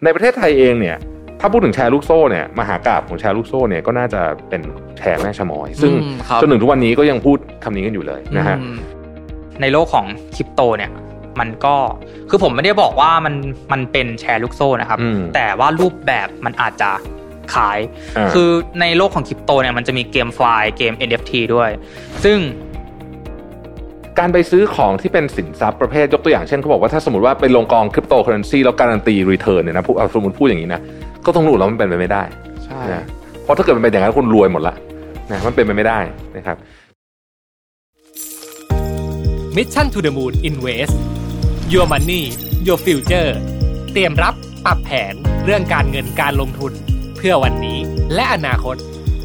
ในประเทศไทยเองเนี่ยถ้าพูดถึงแชร์ลูกโซ่เนี่ยมหากาพย์ของแชร์ลูกโซ่เนี่ยก็น่าจะเป็นแชร์แม่ชะม้อยซึ่งจนถึงทุกวันนี้ก็ยังพูดคำนี้กันอยู่เลยนะฮะในโลกของคริปโตเนี่ยมันก็คือผมไม่ได้บอกว่ามันเป็นแชร์ลูกโซ่นะครับแต่ว่ารูปแบบมันอาจจะขายคือในโลกของคริปโตเนี่ยมันจะมีเกมไฟล์เกม NFT ด้วยซึ่งการไปซื้อของที่เป็นสินทรัพย์ประเภทยกตัวอย่างเช่นเขาบอกว่าถ้าสมมติว่าไปลงกองคริปโตเคอเรนซีแล้วการันตีรีเทิร์นเนี่ยนะสมมติพูดอย่างนี้นะก็ต้องรู้แล้วมันเป็นไปไม่ได้ใช่นะเพราะถ้าเกิดมันเป็นอย่างนั้นคุณรวยหมดละนะมันเป็นไปไม่ได้นะครับ Mission to the Moon Invest Your Money Your Future เตรียมรับปรับแผนเรื่องการเงินการลงทุนเพื่อวันนี้และอนาคต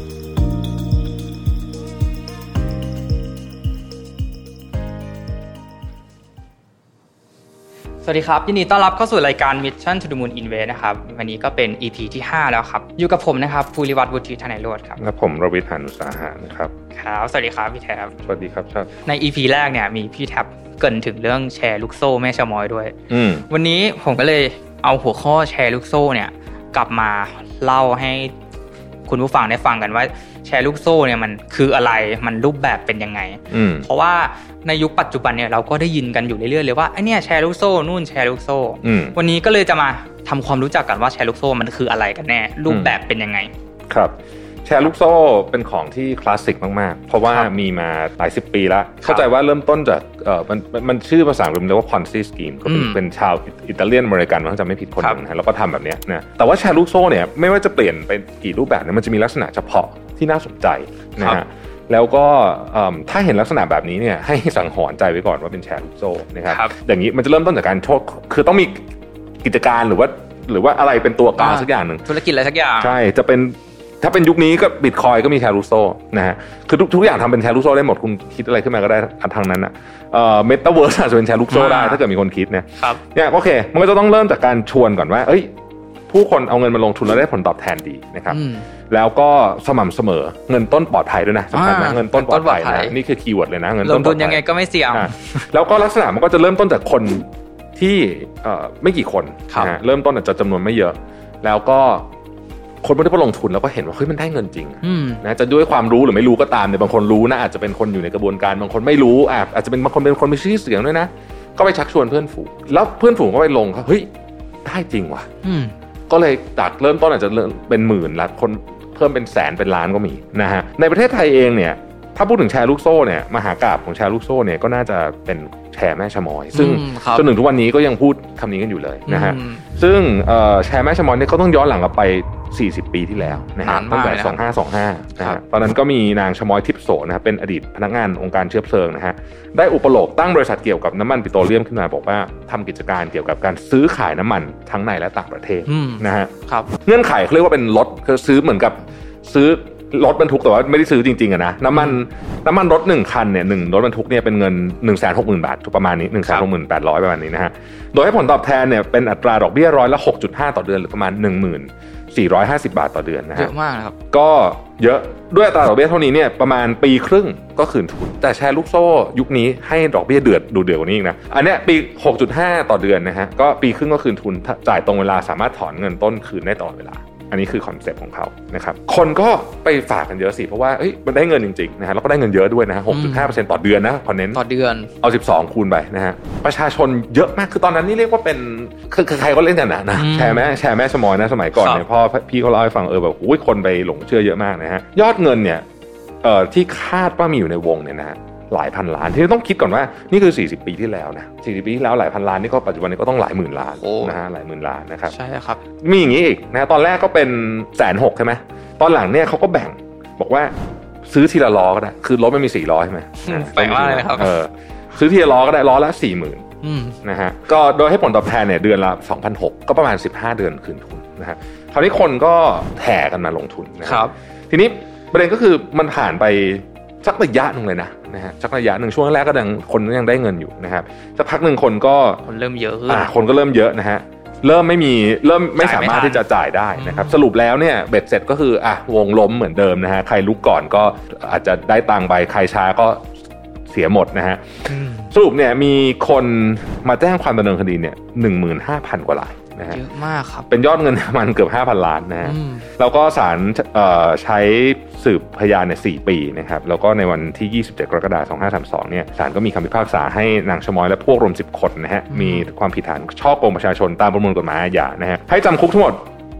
สวัสดีครับยินดีต้อนรับเข้าสู่รายการ Mission to the Moon Invest นะครับวันนี้ก็เป็น EP ที่5แล้วครับอยู่กับผมนะครับภูริวัฒน์วุฒิธนายโรจน์ครับและผมรวิทย์ หาญอุตสาหะนะครับครับสวัสดีครับพี่แท็บสวัสดีครับครับใน EP แรกเนี่ยมีพี่แท็บเกริ่นถึงเรื่องแชร์ลูกโซ่แม่ชะม้อยด้วยวันนี้ผมก็เลยเอาหัวข้อแชร์ลูกโซ่เนี่ยกลับมาเล่าให้คุณผู้ฟังได้ฟังกันว่าแชร์ลูกโซ่เนี่ยมันคืออะไรมันรูปแบบเป็นยังไงเพราะว่าในยุคปัจจุบันเนี่ยเราก็ได้ยินกันอยู่เรื่อยๆเลยว่าไอ้เนี่ยแชร์ลูกโซ่นู่นแชร์ลูกโซ่วันนี้ก็เลยจะมาทำความรู้จักกันว่าแชร์ลูกโซ่มันคืออะไรกันแน่รูปแบบเป็นยังไงครับแชร์ลูกโซ่เป็นของที่คลาสสิกมากๆเพราะว่ามีมาหลายสิบปีแล้วเข้าใจว่าเริ่มต้นจากมันชื่อภาษาอังกฤษเรียกว่า Ponzi Scheme ก็เป็นชาวอิตาเลียนอเมริกันมันจะไม่ผิดคนนะแล้วก็ทำแบบนี้นะแต่ว่าแชร์ลูกโซ่เนี่ยไม่ว่าจะเปลี่ยนไปกี่รูปแบบเนี่ยมันจะมีลักษณะเฉพาะที่น่าสนใจนะฮะแล้วก็ถ้าเห็นลักษณะแบบนี้เนี่ยให้สังหรณ์ใจไว้ก่อนว่าเป็นแชร์ลูกโซ่นะครับอย่างนี้มันจะเริ่มต้นจากการคือต้องมีกิจการหรือว่าอะไรเป็นตัวกลางสักอย่างนึงธุรกิจอะไรสักอย่างใช่จะเป็นถ้าเป็นยุคนี้ก็บิตคอยก็มีแชร์ลูกโซ่นะฮะคือทุกอย่างทำเป็นแชร์ลูกโซ่ได้หมดคุณคิดอะไรขึ้นมาก็ได้ทางนั้นอ่ะเมตาเวิร์สอาจจะเป็นแชร์ลูกโซ่ได้ถ้าเกิดมีคนคิดเนี่ยโอเคมันก็จะต้องเริ่มจากการชวนก่อนว่าผู้คนเอาเงินมาลงทุนแล้วได้ผลตอบแทนดีนะครับแล้วก็สม่ำเสมอเงินต้นปลอดภัยด้วยนะสำคัญนะเงินต้นปลอดภัยนะนี่คือคีย์เวิร์ดเลยนะเงินต้นลงทุนยังไงก็ไม่เสี่ยงแล้วก็ลักษณะมันก็จะเริ่มต้นจากคนที่ไม่กี่คนนะเริ่มต้นอาจจะจำนวนไม่เยอะแล้วก็คนไม่ได้ลงทุนแล้วก็เห็นว่าเฮ้ยมันได้เงินจริงนะจะด้วยความรู้หรือไม่รู้ก็ตามเนี่ยบางคนรู้นะอาจจะเป็นคนอยู่ในกระบวนการบางคนไม่รู้อาจจะเป็นบางคนเป็นคนมีชื่อเสียงด้วยนะก็ไปชักชวนเพื่อนฝูงแล้วเพื่อนฝูงก็ไปลงครับเฮ้ยได้จริงว่ะก็เลยจากเริ่มต้นอาจจะเป็นหมื่นละคนเพิ่มเป็นแสนเป็นล้านก็มีนะฮะในประเทศไทยเองเนี่ยถ้าพูดถึงแชร์ลูกโซ่เนี่ยมหากาพย์ของแชร์ลูกโซ่เนี่ยก็น่าจะเป็นแชร์แม่ชะม้อยซึ่งจนถึงทุกวันนี้ก็ยังพูดคำนี้กันอยู่เลยนะฮะซึ่งแชร์แม่ชะม้อยเนี่ยก็ต้องย้อนหลังกลับไป40 ปีที่แล้วนะฮะตั้งแต่2525นะฮะตอนนั้นก็มีนางชะม้อยทิพย์โสนะครับเป็นอดีตพนักงานองค์การเชื้อเพลิงนะฮะได้อุปโลกตั้งบริษัทเกี่ยวกับน้ำมันปิโตรเลียมขึ้นมาบอกว่าทำกิจการเกี่ยวกับการซื้อขายน้ำมันทั้งในและต่างประเทศนะฮะเงื่อนไขเขาเรียกว่าเป็นรถคือซื้อเหมือนกับซื้อรถบรรทุกแต่ว่าไม่ได้ซื้อจริงๆอะนะน้ำมันรถ1คันเนี่ย1รถบรรทุกเนี่ยเป็นเงิน 160,000 บาทประมาณนี้ 168,000 ประมาณนี้นะฮะโดยให้ผลตอบแทนเนี่ยเป็นอัตราดอกเบี้ยร้อยละ 6.5 ต่อเดือนหรือประมาณ 1450 บาทต่อเดือนนะฮะเยอะมากนะครับก็เยอะด้วยอัตราดอกเบี้ยเท่านี้เนี่ยประมาณปีครึ่งก็คืนทุนแต่แชร์ลูกโซ่ยุคนี้ให้ดอกเบี้ยเดือดกว่านี้อีกนะอันเนี้ยปี 6.5 ต่อเดือนนะฮะก็ปีครึ่งก็คืนทุนจ่ายตรงเวลาสามารถถอนเงินต้นคืนได้ตลอดเวลาอันนี้คือคอนเซ็ปต์ของเขานะครับคนก็ไปฝากกันเยอะสิเพราะว่ามันได้เงินจริงๆนะฮะแล้วก็ได้เงินเยอะด้วยนะฮะ 6.5% ต่อเดือนนะขอเน้นต่อเดือนเอา12คูณไปนะฮะประชาชนเยอะมากคือตอนนั้นนี่เรียกว่าเป็นคือใครก็เล่นกันนะแชร์แม่ชะม้อยนะสมัยก่อนเนี่ยพ่อพี่เขาเล่าให้ฟังแบบโอ้ยคนไปหลงเชื่อเยอะมากนะฮะยอดเงินเนี่ยที่คาดว่ามีอยู่ในวงเนี่ยนะฮะหลายพันล้านที่ต้องคิดก่อนว่านี่คือ40 ปีที่แล้วนะ40 ปีที่แล้วหลายพันล้านนี่ก็ปัจจุบันนี้ก็ต้องหลายหมื่นล้านนะฮะหลายหมื่นล้านนะครับใช่ครับมีอย่างนี้อีกนะตอนแรกก็เป็น160,000ใช่ไหมตอนหลังเนี่ยเขาก็แบ่งบอกว่าซื้อทีละล้อก็ได้คือรถไม่มี4ล้อใช่ไหมแบ่งว่าอะไรนะครับซื้อทีละล้อก็ได้ล้อละ 40,000นะฮะก็โดยให้ผลตอบแทนเนี่ยเดือนละ 2,600 ก็ประมาณ15 เดือนคืนทุนนะฮะคราวนี้คนก็แห่กันมาลงทุนนะครับทีนี้ประเด็นก็คือมันผ่านไปสักระยะนึงเลยนะฮะสักระยะนึงช่วงแรกก็คนยังได้เงินอยู่นะครับสักพักนึงคนเริ่มเยอะคนก็เริ่มเยอะนะฮะเริ่มไม่สามารถที่จะจ่ายได้นะครับสรุปแล้วเนี่ยเบ็ดเสร็จก็คือวงล้มเหมือนเดิมนะฮะใครลุกก่อนก็อาจจะได้ตังค์ไปใครช้าก็เสียหมดนะฮะสรุปเนี่ยมีคนมาแจ้งความดำเนินคดีเนี่ย 15,000 กว่ารายนะฮะเยอะมากครับเป็นยอดเงินประมาณเกือบ 5,000 ล้านนะฮะแล้วก็ศาลใช้สืบพยานเนี่ย4 ปีนะครับแล้วก็ในวันที่27 กรกฎาคม 2532เนี่ยศาลก็มีคำพิพากษาให้นางชมอยและพวกรวม10 คนนะฮะมีความผิดฐานฉ้อโกงประชาชนตามประมวลกฎหมายอาญานะฮะให้จำคุกทั้งหมด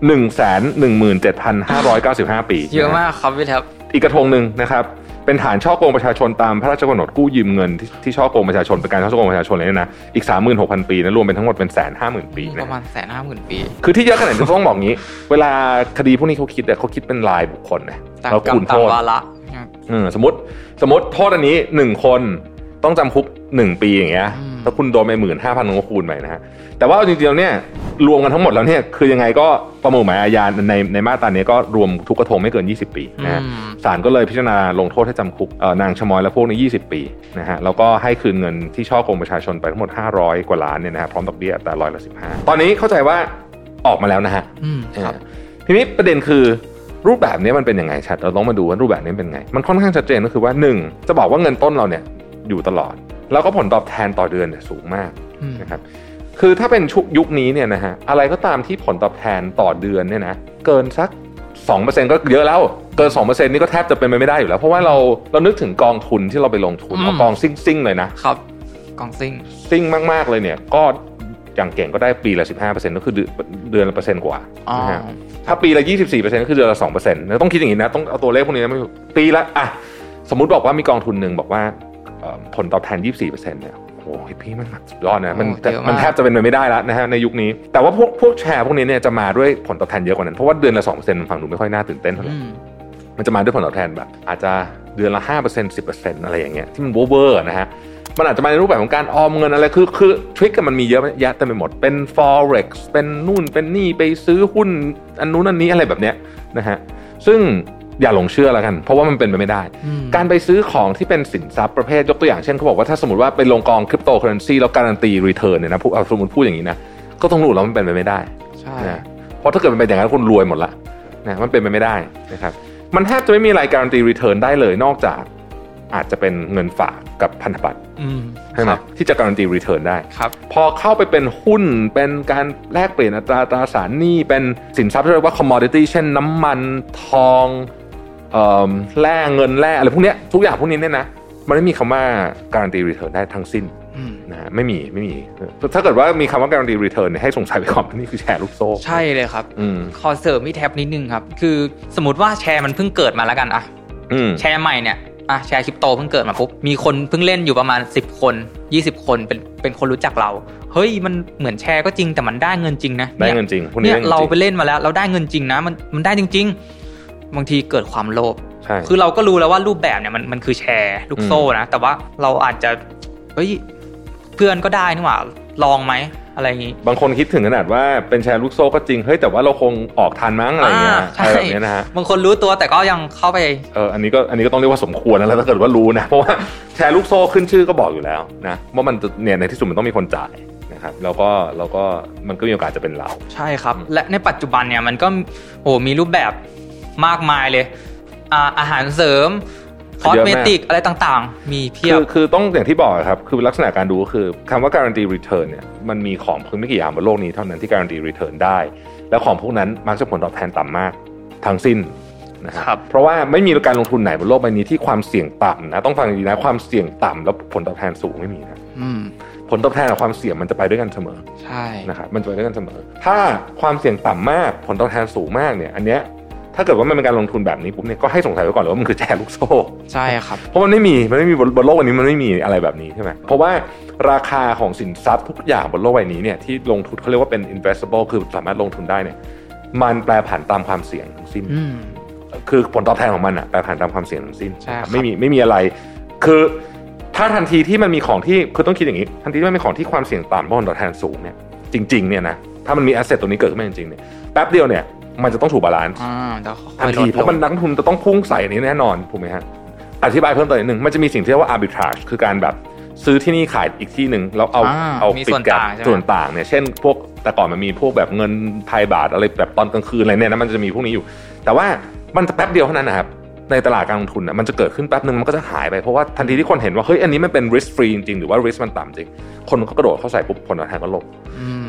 117,595 ปีเยอะมากครับพี่แท็บอีกกระทงนึงนะครับเป็นฐานฉ้อโกงประชาชนตามพระราชกำหนดกู้ยืมเงินที่ฉ้อโกงประชาชนเป็นการฉ้อโกงประชาชนเลยนะอีก 36,000 ปีนะรวมเป็นทั้งหมดเป็น 150,000 ปีนะประมาณ 150,000 ปีคือที่เยอะขนาดนี้ต้องบอกงี้เวลาคดีพวกนี้เขาคิดเป็นรายบุคคลนะแล้วคูณโทษสมมติโทษอันนี้1คนต้องจำคุก1 ปีอย่างเงี้ยถ้าคุณโดนไป 15,000 ก็คูณไปนะฮะแต่ว่าจริงๆเนี่ยรวมกันทั้งหมดแล้วเนี่ยคือยังไงก็ประมวลกฎหมายอาญาในมาตรานี้ก็รวมทุกกระทงไม่เกิน20 ปีนะฮะศาลก็เลยพิจารณาลงโทษให้จำคุกนางชมอยและพวกนี้20 ปีนะฮะแล้วก็ให้คืนเงินที่ฉ้อโกงประชาชนไปทั้งหมด500 กว่าล้านเนี่ยนะฮะพร้อมดอกเบี้ยแต่15%ตอนนี้เข้าใจว่าออกมาแล้วนะฮะทีนี้ประเด็นคือรูปแบบนี้มันเป็นยังไงชัดเราต้องมาดูว่ารูปแบบนี้เป็นไงมันค่อนข้างชัดเจนก็คือว่า1จะบอกว่าเงินต้นเราเนี่ยอยู่ตลอดแล้วก็ผลตอบแทนต่อเดือนเนี่ยสูงมากนะครับคือถ้าเป็นยุคนี้เนี่ยนะฮะอะไรก็ตามที่ผลตอบแทนต่อเดือนเนี่ยนะเกินสัก 2% ก็เยอะแล้วเกิน 2% นี่ก็แทบจะเป็นไปไม่ได้อยู่แล้วเพราะว่าเรานึกถึงกองทุนที่เราไปลงทุนเอากองซิ่งๆเลยนะครับกองซิ่งมากๆเลยเนี่ยก็อย่างเก่งก็ได้ปีละ 15% ก็คือเดือนละ%กว่านะฮะถ้าปีละ 24% ก็คือเดือนละ 2% แล้วต้องคิดอย่างนี้นะต้องเอาตัวเลขพวกนี้ไม่ปีละอ่ะสมมุติบอกว่ามีกองทุนนึงบอกว่าผลตอบแทน 24% เนี่ยโอ้ยพี่มันสุดยอดนะมันแทบจะเป็นไปไม่ได้แล้วนะฮะในยุคนี้แต่ว่าพวกแชร์พวกนี้เนี่ยจะมาด้วยผลตอบแทนเยอะกว่านั้นเพราะว่าเดือนละ 2% มันฟังดูไม่ค่อยน่าตื่นเต้นเท่าไหร่มันจะมาด้วยผลตอบแทนแบบอาจจะเดือนละ 5% 10% อะไรอย่างเงี้ยที่มันเวอร์นะฮะมันอาจจะมาในรูปแบบของการออมเงินอะไรคือทริคมันมีเยอะแยะเต็มไปหมดเป็น forex เป็นนู่นเป็นนี่ไปซื้อหุ้นอันนู้นอันนี้อะไรแบบเนี้ยนะฮะซึ่งอย่าหลงเชื่อแล้วกันเพราะว่ามันเป็นไปไม่ได้การไปซื้อของที่เป็นสินทรัพย์ประเภทยกตัวอย่างเช่นเขาบอกว่าถ้าสมมติว่าไปลงกองคริปโตเคอเรนซีแล้วการันตีรีเทิร์นเนี่ยนะสมมติพูดอย่างนี้นะก็ต้องรู้แล้วมันเป็นไปไม่ได้ใช่นะเพราะถ้าเกิดมันเป็นอย่างนั้นคุณรวยหมดละนะมันเป็นไปไม่ได้นะครับมันแทบจะไม่มีอะไรการันตีรีเทิร์นได้เลยนอกจากอาจจะเป็นเงินฝากกับพันธบัตรใช่ไหมที่จะการันตีรีเทิร์นได้พอเข้าไปเป็นหุ้นเป็นการแลกเปลี่ยนอัตราตราสารหนี้เป็นสินทรัพย์ที่เรียกว่า commodity เช่นน้ำมันทองแร่เงินแร่อะไรพวกนี้ทุกอย่างพวกนี้เนี่ยนะมันไม่มีคำว่าการันตีรีเทิร์นได้ทั้งสิ้นนะฮะไม่มีถ้าเกิดว่ามีคำว่าการันตีรีเทิร์นให้สงสัยไปก่อนนี่คือแชร์ลูกโซ่ใช่เลยครับขอเสริมพี่แท็บนิดนึงครับคือสมมติว่าแชร์มันเพิ่งเกิดมาแล้วกันอะแชร์ใหม่เนี่ยแชร์คริปโตเพิ่งเกิดมาปุ๊บมีคนเพิ่งเล่นอยู่ประมาณ10 คน20 คนเป็นคนรู้จักเราเฮ้ยมันเหมือนแชร์ก็จริงแต่มันได้เงินจริงนะได้เงินจริงเนี่ยเราไปเล่นมาแล้วเราได้เงินจริงนะมันได้จริงๆบางทีเกิดความโลภคือเราก็รู้แล้วว่ารูปแบบเนี่ยมันคือแชร์ลูกโซ่นะแต่ว่าเราอาจจะเฮ้ยเพื่อนก็ได้นี่หว่าลองไหมอะไรอย่างงี้บางคนคิดถึงขนาดว่าเป็นแชร์ลูกโซ่ก็จริงเฮ้ยแต่ว่าเราคงออกทันมั้งอะไรเงี้ยแบบนี้นะฮะบางคนรู้ตัวแต่ก็ยังเข้าไปอันนี้ก็ต้องเรียกว่าสมควรนะแล้วถ้าเกิดว่ารู้นะเพราะว่าแชร์ลูกโซ่ขึ้นชื่อก็บอกอยู่แล้วนะว่ามันเนี่ยในที่สุดมันต้องมีคนจ่ายนะครับแล้วก็มันก็มีโอกาสจะเป็นเราใช่ครับและในปัจจุบันเนี่ยมันก็มีรูปแบบมากมายเลยอาหารเสริมคอสเมติกอะไรต่างๆมีเพียบคือต้องอย่างที่บอกครับคือลักษณะการดูก็คือคำว่า guarantee return เนี่ยมันมีของเพียงไม่กี่อย่างบนโลกนี้เท่านั้นที่ guarantee return ได้แล้วของพวกนั้นมักจะผลตอบแทนต่ำมากทั้งสิ้นนะครับเพราะว่าไม่มีการลงทุนไหนบนโลกใบนี้ที่ความเสี่ยงต่ำนะต้องฟังดีนะความเสี่ยงต่ำแล้วผลตอบแทนสูงไม่มีนะผลตอบแทนกับความเสี่ยงมันจะไปด้วยกันเสมอใช่นะครับมันจะไปด้วยกันเสมอถ้าความเสี่ยงต่ำมากผลตอบแทนสูงมากเนี่ยอันเนี้ยถ้าเกิดว่ามันเป็นการลงทุนแบบนี้ปุ๊บเนี่ยก็ให้สงสัยไว้ก่อนเลยว่ามันคือแชร์ลูกโซ่ใช่ครับเพราะมันไม่มีบนโลกวันนี้มันไม่มีอะไรแบบนี้ใช่ไหมเพราะว่าราคาของสินทรัพย์ทุกอย่างบนโลกใบนี้เนี่ยที่ลงทุนเขาเรียกว่าเป็น investable คือสามารถลงทุนได้เนี่ยมันแปรผันตามความเสี่ยงทั้งสิ้นคือผลตอบแทนของมันอะแปรผันตามความเสี่ยงทั้งสิ้นไม่มีอะไรคือถ้าทันทีที่มันมีของที่คือต้องคิดอย่างนี้ทันทีที่มันมีของที่ความเสี่ยงต่ำผลตอบแทนสูงเนี่ยจริงๆเนี่ยนะถ้ามันมีแอสเซทตัวนี้เกิดขึ้นมาจริงๆเนี่ยแป๊บเดียวเนี่ยมันจะต้องถูกบาลานซ์ทันทีเพราะมันนักทุนจะต้องพุ่งใส่นี้แน่นอนถูกไหมฮะอธิบายเพิ่มเติมนิดนึงมันจะมีสิ่งที่เรียกว่า arbitrage คือการแบบซื้อที่นี่ขายอีกที่นึงแล้วเอาปิดกับส่วนต่างเนี่ยเช่นพวกแต่ก่อนมันมีพวกแบบเงินไทยบาทอะไรแบบตอนกลางคืนอะไรเนี่ยนะมันจะมีพวกนี้อยู่แต่ว่ามันจะแป๊บเดียวเท่านั้นนะครับในตลาดการลงทุนมันจะเกิดขึ้นแป๊บนึงมันก็จะหายไปเพราะว่าทันทีที่คนเห็นว่าเฮ้ยอันนี้มันเป็น risk free จริงๆหรือว่า risk มันต่ำจริงคนก็กระโดดเข้าใส่ปุ๊บผลตอบแทนก็ลง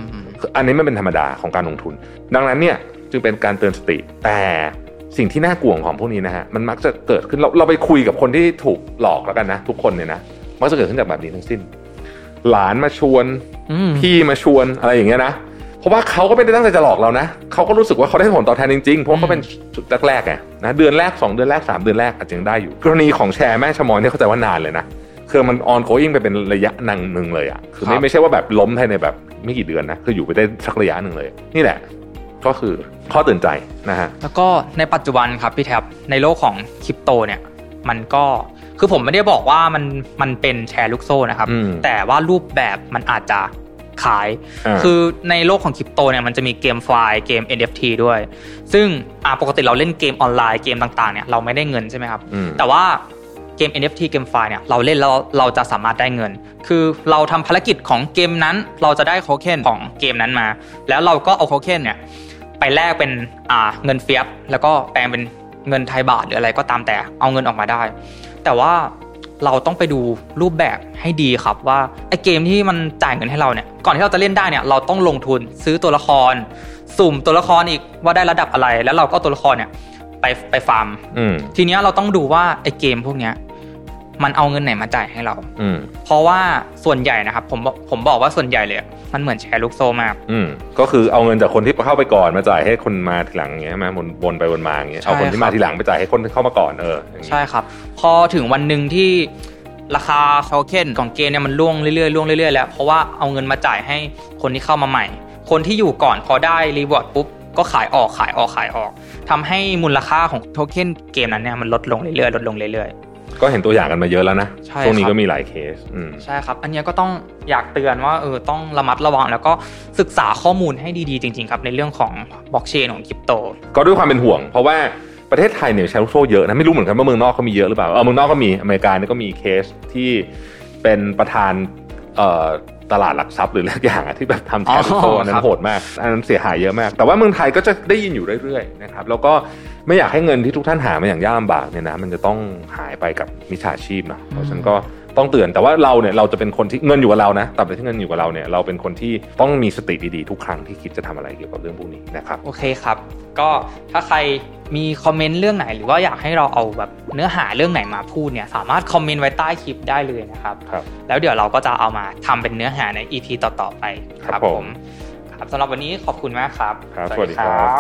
อันนี้ไม่เป็นธรรมดาของการลงทุนดังนั้นเนี่ยจึงเป็นการเตือนสติแต่สิ่งที่น่ากลัวของพวกนี้นะฮะมันมักจะเกิดขึ้นเราไปคุยกับคนที่ถูกหลอกแล้วกันนะทุกคนเนี่ยนะมักจะเกิดขึ้นจากแบบนี้ทั้งสิ้นหลานมาชวนพี่มาชวนอะไรอย่างเงี้ยนะเพราะว่าเขาก็ไม่ได้ตั้งใจจะหลอกเรานะเขาก็รู้สึกว่าเขาได้ผลตอบแทนจริงๆเพราะเขาเป็นจุดแรกๆไงนะเดือนแรก2เดือนแรก3เดือนแรกอาจจะยังได้อยู่กรณีของแชร์แม่ชะมอยเนี่ยเข้าใจว่านานเลยนะคือมัน ongoing ไปเป็นระยะนึงเลยอ่ะคือไม่ใช่ว่าแบบล้มภายในแบบไม่กี่เดือนนะคืออยู่ไปได้สักระยะนึงเลยนี่แหละก็คือข้อเตือนใจนะฮะแล้วก็ในปัจจุบันครับพี่แท็บในโลกของคริปโตเนี่ยมันก็คือผมไม่ได้บอกว่ามันเป็นแชร์ลูกโซ่นะครับแต่ว่ารูปแบบมันอาจจะขายคือในโลกของคริปโตเนี่ยมันจะมีเกมไฟล์เกม NFT ด้วยซึ่งปกติเราเล่นเกมออนไลน์เกมต่างๆเนี่ยเราไม่ได้เงินใช่ไหมครับแต่ว่าเกม NFT เกมไฟล์เนี่ยเราเล่นแล้วเราจะสามารถได้เงินคือเราทำภารกิจของเกมนั้นเราจะได้โทเค็นของเกมนั้นมาแล้วเราก็เอาโทเค็นเนี่ยไปแลกเป็นเงินเฟียสแล้วก็แปลงเป็นเงินไทยบาทหรืออะไรก็ตามแต่เอาเงินออกมาได้แต่ว่าเราต้องไปดูรูปแบบให้ดีครับว่าไอ้เกมที่มันจ่ายเงินให้เราเนี่ยก่อนที่เราจะเล่นได้เนี่ยเราต้องลงทุนซื้อตัวละครสุ่มตัวละครอีกว่าได้ระดับอะไรแล้วเราก็ตัวละครเนี่ยไปฟาร์มทีเนี้ยเราต้องดูว่าไอ้เกมพวกเนี้ยมันเอาเงินไหนมาจ่ายให้เราเพราะว่าส่วนใหญ่นะครับผมบอกว่าส่วนใหญ่เลยมันเหมือนแชร์ลูกโซ่มากก็คือเอาเงินจากคนที่เข้าไปก่อนมาจ่ายให้คนมาทีหลังอย่างเงี้ยมาวนไปวนมาอย่างเงี้ยเอาคนที่มาทีหลังไปจ่ายให้คนที่เข้ามาก่อนใช่ครับพอถึงวันนึงที่ราคาโทเค็นของเกมเนี่ยมันล่วงเรื่อยๆแล้วเพราะว่าเอาเงินมาจ่ายให้คนที่เข้ามาใหม่คนที่อยู่ก่อนพอได้รีวอร์ดปุ๊บก็ขายออกทำให้มูลค่าของโทเค็นเกมนั้นเนี่ยมันลดลงเรื่อยๆก็เห็นตัวอย่างกันมาเยอะแล้วนะช่วงนี้ก็มีหลายเคสใช่ครับอันนี้ก็ต้องอยากเตือนว่าต้องระมัดระวังแล้วก็ศึกษาข้อมูลให้ดีๆจริงๆครับในเรื่องของบล็อกเชนของคริปโตก็ด้วยความเป็นห่วงเพราะว่าประเทศไทยเนี่ยแชร์ลูกโซ่เยอะนะไม่รู้เหมือนกันว่าเมืองนอกเขามีเยอะหรือเปล่าเมืองนอกก็มีอเมริกาเนี่ยก็มีเคสที่เป็นประธานตลาดหลักทรัพย์หรืออะไรอย่างที่แบบทำแชร์ลูกโซ่อันนั้นโหดมากอันนั้นเสียหายเยอะมากแต่ว่าเมืองไทยก็จะได้ยินอยู่เรื่อยๆนะครับแล้วก็ไม่อยากให้เงินที่ทุกท่านหามาอย่างยากลำบากเนี่ยนะมันจะต้องหายไปกับมิจฉาชีพนะเพราะฉะนั้นก็ต้องเตือนแต่ว่าเราเนี่ยเราจะเป็นคนที่เงินอยู่กับเรานะแต่ที่เงินอยู่กับเราเนี่ยเราเป็นคนที่ต้องมีสติดีๆทุกครั้งที่คิดจะทำอะไรเกี่ยวกับเรื่องพวกนี้นะครับโอเคครับก็ถ้าใครมีคอมเมนต์เรื่องไหนหรือว่าอยากให้เราเอาแบบเนื้อหาเรื่องไหนมาพูดเนี่ยสามารถคอมเมนต์ไว้ใต้คลิปได้เลยนะครับแล้วเดี๋ยวเราก็จะเอามาทำเป็นเนื้อหาใน EP ต่อๆไปครับผมครับสำหรับวันนี้ขอบคุณมากครับสวัสดีครับ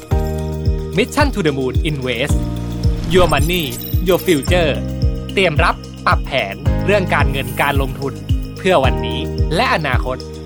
Mission to the Moon Invest Your Money Your Future เตรียมรับปรับแผนเรื่องการเงินการลงทุนเพื่อวันนี้และอนาคต